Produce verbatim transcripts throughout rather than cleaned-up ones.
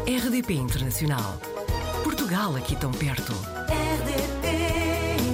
R D P Internacional. Portugal aqui tão perto. R D P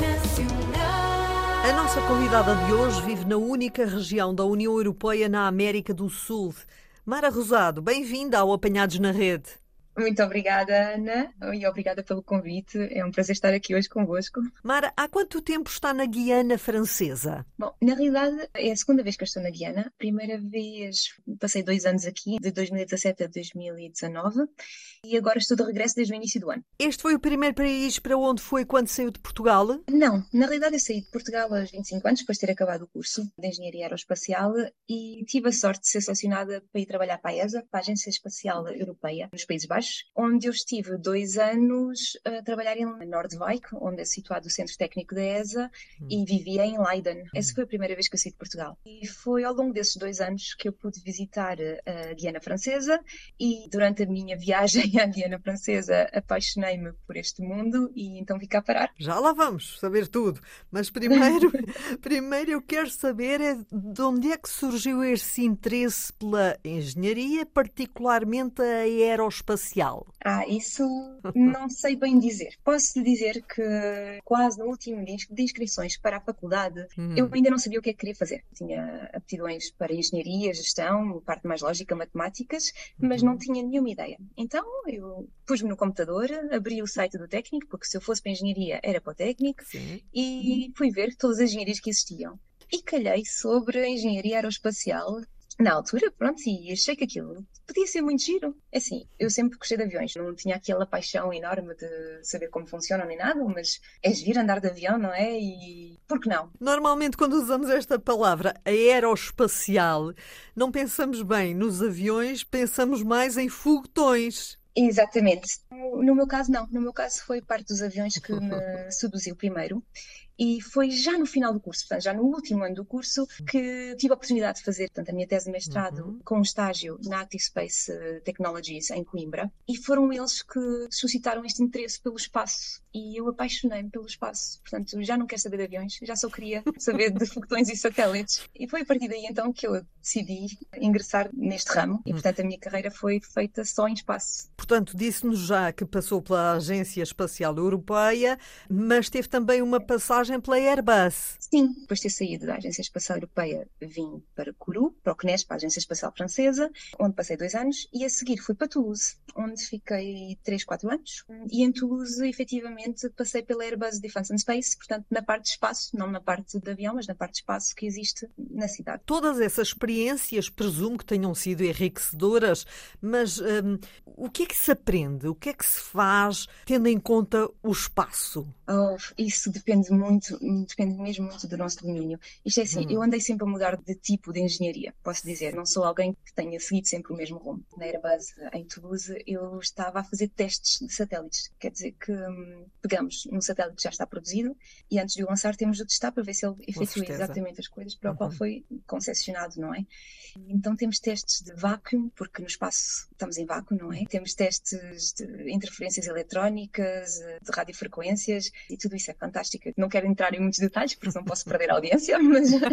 Internacional. A nossa convidada de hoje vive na única região da União Europeia na América do Sul. Mara Rosado, bem-vinda ao Apanhados na Rede. Muito obrigada, Ana, e obrigada pelo convite. É um prazer estar aqui hoje convosco. Mara, há quanto tempo está na Guiana Francesa? Bom, na realidade é a segunda vez que eu estou na Guiana. Primeira vez passei dois anos aqui, de dois mil e dezassete a dois mil e dezanove, e agora estou de regresso desde o início do ano. Este foi o primeiro país para onde foi quando saiu de Portugal? Não, na realidade eu saí de Portugal aos vinte e cinco anos, depois de ter acabado o curso de Engenharia Aeroespacial, e tive a sorte de ser selecionada para ir trabalhar para a E S A, para a Agência Espacial Europeia, nos Países Baixos, onde eu estive dois anos a trabalhar em Noordwijk, onde é situado o Centro Técnico da E S A, hum. e vivia em Leiden. Essa foi a primeira vez que eu saí de Portugal. E foi ao longo desses dois anos que eu pude visitar a Guiana Francesa, e durante a minha viagem à Guiana Francesa apaixonei-me por este mundo e então vim cá parar. Já lá vamos saber tudo, mas primeiro, primeiro eu quero saber é de onde é que surgiu esse interesse pela engenharia, particularmente a aeroespacial. Ah, isso não sei bem dizer. Posso lhe dizer que quase no último dia de inscrições para a faculdade, hum. eu ainda não sabia o que é que queria fazer. Tinha aptidões para engenharia, gestão, parte mais lógica, matemáticas, mas hum. não tinha nenhuma ideia. Então eu pus-me no computador, abri o site do técnico, porque se eu fosse para a engenharia era para o técnico, Sim. e fui ver todas as engenharias que existiam. E calhei sobre a engenharia aeroespacial. Na altura, pronto, e achei que aquilo podia ser muito giro. É assim, eu sempre gostei de aviões, não tinha aquela paixão enorme de saber como funcionam nem nada, mas é giro andar de avião, não é? E por que não? Normalmente, quando usamos esta palavra aeroespacial, não pensamos bem nos aviões, pensamos mais em foguetões. Exatamente. No meu caso, não. No meu caso, foi parte dos aviões que me seduziu primeiro. E foi já no final do curso, portanto, já no último ano do curso, que tive a oportunidade de fazer, portanto, a minha tese de mestrado uhum. com um estágio na Active Space Technologies em Coimbra. E foram eles que suscitaram este interesse pelo espaço. E eu apaixonei-me pelo espaço. Portanto, já não quero saber de aviões, já só queria saber de foguetões e satélites. E foi a partir daí, então, que eu decidi ingressar neste ramo. E, portanto, a minha carreira foi feita só em espaço. Portanto, disse-nos já que passou pela Agência Espacial Europeia, mas teve também uma passagem pela Airbus. Sim, depois de ter saído da Agência Espacial Europeia, vim para Kourou, para o C N E S, para a Agência Espacial Francesa, onde passei dois anos, e a seguir fui para Toulouse, onde fiquei três, quatro anos. E em Toulouse, efetivamente, passei pela Airbus Defence and Space, portanto, na parte de espaço, não na parte de avião, mas na parte de espaço que existe na cidade. Todas essas experiências, presumo que tenham sido enriquecedoras, mas hum, o que é que se aprende? O que é que se faz tendo em conta o espaço? Oh, isso depende muito, depende mesmo muito do nosso domínio. Isto é assim, hum. eu andei sempre a mudar de tipo de engenharia, posso dizer. Não sou alguém que tenha seguido sempre o mesmo rumo. Na Airbus, em Toulouse, eu estava a fazer testes de satélites. Quer dizer que hum, pegamos um satélite que já está produzido e antes de o lançar temos de o testar para ver se ele efetua exatamente as coisas para o uhum. qual foi concessionado, não é? Então temos testes de vácuo, porque no espaço estamos em vácuo, não é? Temos testes de interferências eletrónicas, de radiofrequências e tudo isso é fantástico. Não quero entrar em muitos detalhes porque não posso perder a audiência, mas uh,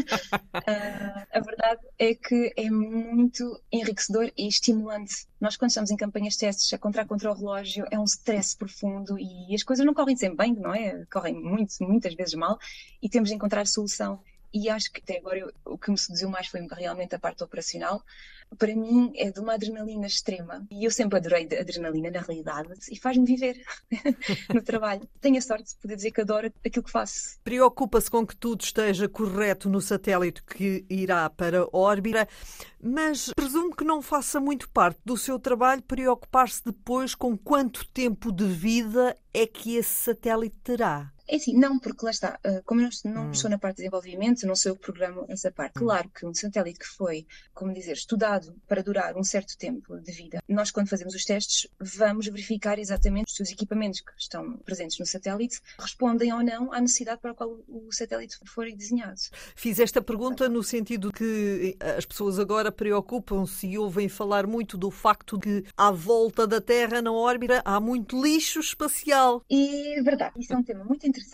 a verdade é que é muito enriquecedor e estimulante. Nós, quando estamos em campanhas de testes a contar contra o relógio, é um stress profundo e as coisas não correm sempre bem, não é? Correm muito, muitas vezes mal e temos de encontrar solução. E acho que até agora eu, o que me seduziu mais foi realmente a parte operacional. Para mim é de uma adrenalina extrema. E eu sempre adorei a adrenalina, na realidade, e faz-me viver no trabalho. Tenho a sorte de poder dizer que adoro aquilo que faço. Preocupa-se com que tudo esteja correto no satélite que irá para a órbita, mas presumo que não faça muito parte do seu trabalho preocupar-se depois com quanto tempo de vida é que esse satélite terá. É assim, não, porque lá está, como eu não hum. estou na parte de desenvolvimento, não sou eu que programo essa parte. Hum. Claro que um satélite que foi, como dizer, estudado para durar um certo tempo de vida, nós quando fazemos os testes vamos verificar exatamente se os equipamentos que estão presentes no satélite respondem ou não à necessidade para a qual o satélite foi desenhado. Fiz esta pergunta no sentido que as pessoas agora preocupam-se e ouvem falar muito do facto de à volta da Terra, na órbita, há muito lixo espacial. E é verdade, isso é um tema muito interessante.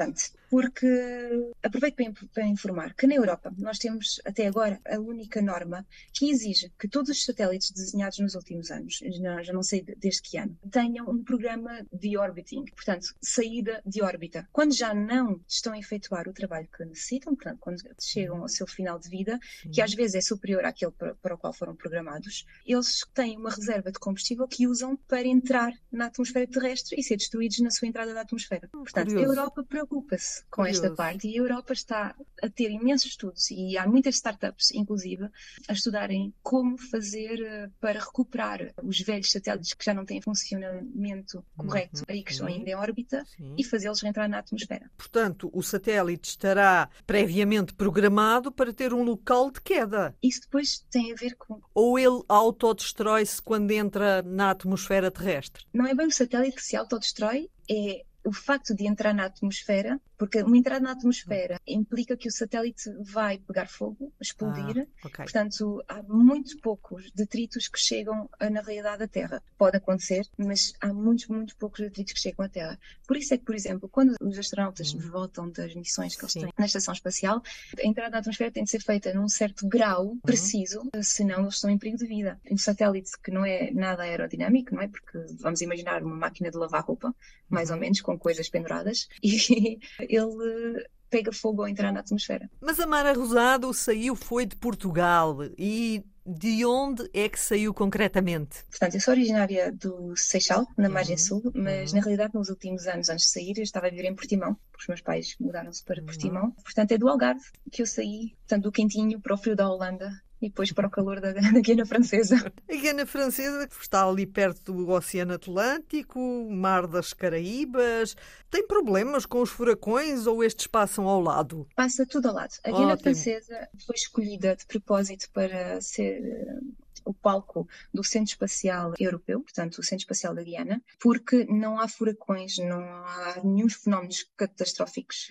porque aproveito para, para informar que na Europa nós temos até agora a única norma que exige que todos os satélites desenhados nos últimos anos, já, já não sei desde que ano, tenham um programa de orbiting, portanto, saída de órbita. Quando já não estão a efetuar o trabalho que necessitam, portanto, quando chegam ao seu final de vida, Sim. que às vezes é superior àquele para, para o qual foram programados, eles têm uma reserva de combustível que usam para entrar na atmosfera terrestre e ser destruídos na sua entrada da atmosfera. Portanto, Curioso. a Europa preocupa-se com Curioso. esta parte e a Europa está a ter imensos estudos e há muitas startups, inclusive, a estudarem como fazer para recuperar os velhos satélites que já não têm funcionamento correto, uhum. aí que estão ainda em órbita, Sim. e fazê-los reentrar na atmosfera. Portanto, o satélite estará previamente programado para ter um local de queda. Isso depois tem a ver com... Ou ele autodestrói-se quando entra na atmosfera terrestre? Não é bem o satélite que se autodestrói, é o facto de entrar na atmosfera, porque uma entrada na atmosfera implica que o satélite vai pegar fogo, explodir. Ah, okay. Portanto, há muito poucos detritos que chegam na realidade da Terra. Pode acontecer, mas há muitos, muito poucos detritos que chegam à Terra. Por isso é que, por exemplo, quando os astronautas hum. voltam das missões que eles Sim. têm na estação espacial, a entrada na atmosfera tem de ser feita num certo grau hum. preciso, senão eles estão em perigo de vida. Um satélite que não é nada aerodinâmico, não é? Porque vamos imaginar uma máquina de lavar roupa, mais hum. ou menos, com coisas penduradas, e ele pega fogo ao entrar na atmosfera. Mas a Mara Rosado saiu, foi de Portugal, e de onde é que saiu concretamente? Portanto, eu sou originária do Seixal, na margem uhum. sul, mas uhum. na realidade nos últimos anos, antes de sair, eu estava a viver em Portimão, porque os meus pais mudaram-se para uhum. Portimão. Portanto, é do Algarve que eu saí, portanto, do quentinho para o frio da Holanda, e depois para o calor da, da Guiana Francesa. A Guiana Francesa está ali perto do Oceano Atlântico, Mar das Caraíbas. Tem problemas com os furacões ou estes passam ao lado? Passa tudo ao lado. A Guiana Ótimo. Francesa foi escolhida de propósito para ser o palco do Centro Espacial Europeu, portanto o Centro Espacial da Guiana, porque não há furacões, não há nenhum fenómenos catastróficos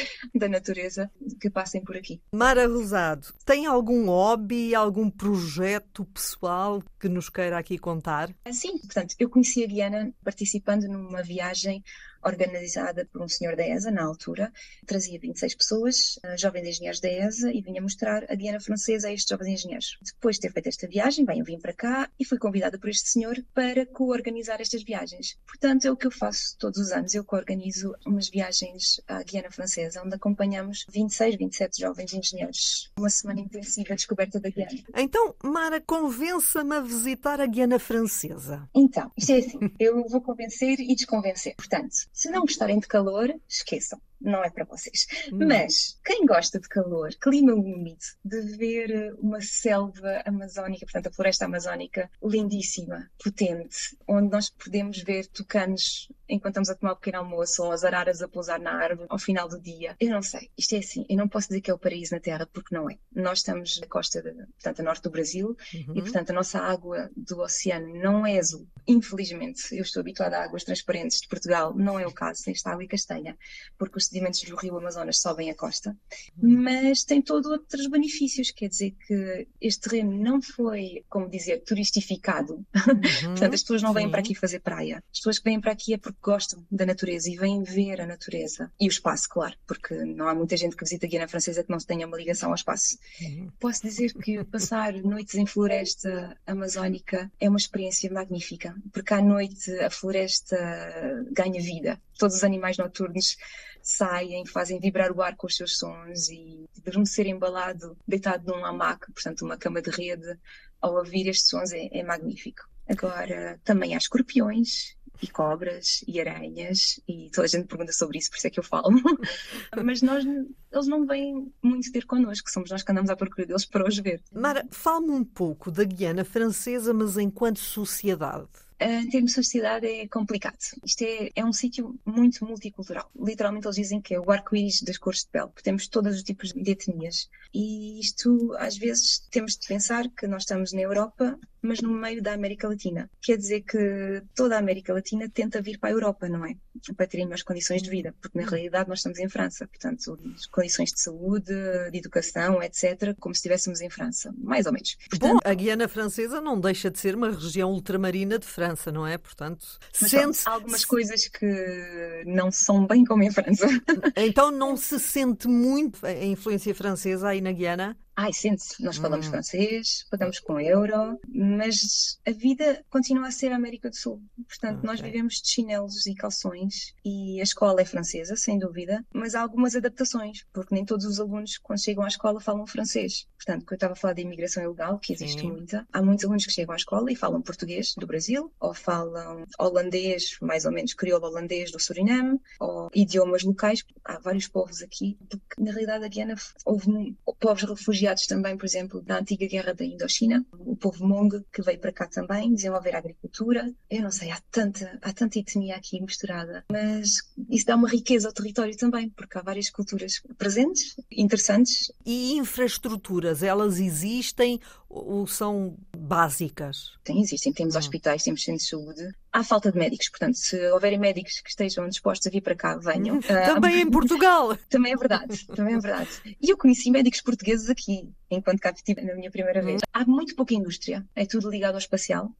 da natureza que passem por aqui. Mara Rosado, tem algum hobby, algum projeto pessoal que nos queira aqui contar? Sim, portanto, eu conheci a Guiana participando numa viagem organizada por um senhor da E S A, na altura. Trazia vinte e seis pessoas, jovens engenheiros da E S A, e vinha mostrar a Guiana Francesa a estes jovens engenheiros. Depois de ter feito esta viagem, bem, eu vim para cá e fui convidada por este senhor para co-organizar estas viagens. Portanto, é o que eu faço todos os anos. Eu co-organizo umas viagens à Guiana Francesa, onde acompanhamos vinte e seis, vinte e sete jovens engenheiros. Uma semana intensiva de descoberta da Guiana. Então, Mara, convença-me a visitar a Guiana Francesa. Então, isto é assim, eu vou convencer e desconvencer. Portanto, se não gostarem de calor, esqueçam. Não é para vocês. Hum. Mas quem gosta de calor, clima úmido, de ver uma selva amazónica, portanto a floresta amazónica lindíssima, potente, onde nós podemos ver tucanos enquanto estamos a tomar um pequeno almoço, ou as araras a pousar na árvore ao final do dia. Eu não sei. Isto é assim. Eu não posso dizer que é o paraíso na Terra, porque não é. Nós estamos na costa, de, portanto, a norte do Brasil, uhum. e, portanto, a nossa água do oceano não é azul. Infelizmente, eu estou habituada a águas transparentes de Portugal. Não é o caso. Esta água é castanha, porque os sedimentos do rio Amazonas sobem a costa. Uhum. Mas tem todos outros benefícios. Quer dizer que este terreno não foi, como dizer, turistificado. Uhum. Portanto, as pessoas não vêm Sim. para aqui fazer praia. As pessoas que vêm para aqui é porque gostam da natureza e vêm ver a natureza. E o espaço, claro, porque não há muita gente que visita a Guiana Francesa que não tenha uma ligação ao espaço. Uhum. Posso dizer que passar noites em floresta amazónica é uma experiência magnífica, porque à noite a floresta ganha vida. Todos os animais noturnos saem, fazem vibrar o ar com os seus sons e adormecer embalado, deitado num hamaque, portanto uma cama de rede, ao ouvir estes sons é, é magnífico. Agora, também há escorpiões e cobras e aranhas, e toda a gente pergunta sobre isso, por isso é que eu falo. Mas nós, eles não vêm muito ter connosco, somos nós que andamos à procura deles para os ver. Mara, fala-me um pouco da Guiana Francesa, mas enquanto sociedade. Em termos de sociedade é complicado. Isto é, é um sítio muito multicultural. Literalmente eles dizem que é o arco-íris das cores de pele, porque temos todos os tipos de etnias. E isto, às vezes, temos de pensar que nós estamos na Europa mas no meio da América Latina. Quer dizer que toda a América Latina tenta vir para a Europa, não é? Para terem melhores condições de vida, porque na realidade nós estamos em França, portanto, condições de saúde, de educação, etcétera, como se estivéssemos em França, mais ou menos. Portanto, Bom, a Guiana Francesa não deixa de ser uma região ultramarina de França, não é? Portanto, mas sente-se... há algumas coisas que não são bem como em França. Então não se sente muito a influência francesa aí na Guiana? Ai, sente-se, nós falamos Hum. francês, pagamos com euro, mas a vida continua a ser a América do Sul. Portanto, nós Ok. vivemos de chinelos e calções e a escola é francesa, sem dúvida, mas há algumas adaptações, porque nem todos os alunos, quando chegam à escola, falam francês. Portanto, quando eu estava a falar de imigração ilegal, que existe Sim. muita, há muitos alunos que chegam à escola e falam português do Brasil, ou falam holandês, mais ou menos crioulo holandês do Suriname, ou idiomas locais. Há vários povos aqui, porque na realidade a Guiana houve um- povos refugiados também, por exemplo, da antiga guerra da Indochina, o povo Hmong que veio para cá também desenvolver a agricultura. Eu não sei, há tanta, há tanta etnia aqui misturada, mas isso dá uma riqueza ao território também, porque há várias culturas presentes, interessantes. E infraestruturas, elas existem ou são básicas? Tem, existem, temos Hum. hospitais, temos centros de saúde. Há falta de médicos, portanto, se houverem médicos que estejam dispostos a vir para cá, venham. Ah, Também em Portugal! Também é verdade, também é verdade. E eu conheci médicos portugueses aqui, enquanto cá estive na minha primeira vez. Há muito pouca indústria, é tudo ligado ao espacial,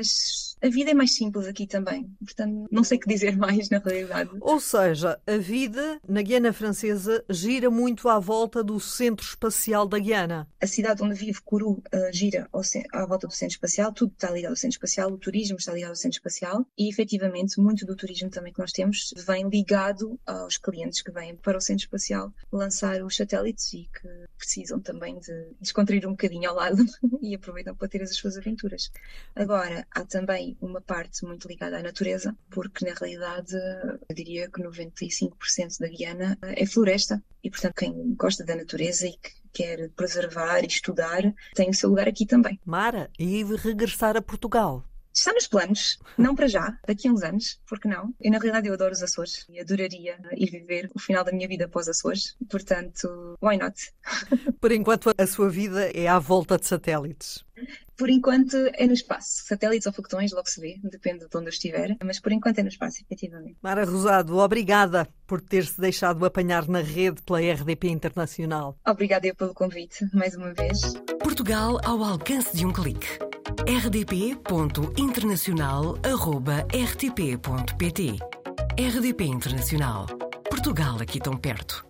mas a vida é mais simples aqui também. Portanto, não sei o que dizer mais na realidade. Ou seja, a vida na Guiana Francesa gira muito à volta do Centro Espacial da Guiana. A cidade onde vive, Kourou, uh, gira ao ce- à volta do centro espacial, tudo está ligado ao centro espacial, o turismo está ligado ao centro espacial e, efetivamente, muito do turismo também que nós temos vem ligado aos clientes que vêm para o centro espacial lançar os satélites e que precisam também de descontrair um bocadinho ao lado e aproveitam para ter as suas aventuras. Agora, há também uma parte muito ligada à natureza, porque na realidade eu diria que noventa e cinco por cento da Guiana é floresta e, portanto, quem gosta da natureza e que quer preservar e estudar tem o seu lugar aqui também. Mara, e regressar a Portugal? Está nos planos, não para já, daqui a uns anos, porque não? E na realidade eu adoro os Açores e adoraria ir viver o final da minha vida após Açores, portanto, why not? Por enquanto, a sua vida é à volta de satélites. Por enquanto é no espaço, satélites ou foguetões, logo se vê, depende de onde eu estiver, mas por enquanto é no espaço, efetivamente. Mara Rosado, obrigada por ter-se deixado apanhar na rede pela R D P Internacional. Obrigada eu pelo convite, mais uma vez. Portugal ao alcance de um clique. r d p ponto internacional arroba r t p ponto p t. R D P Internacional. Portugal aqui tão perto.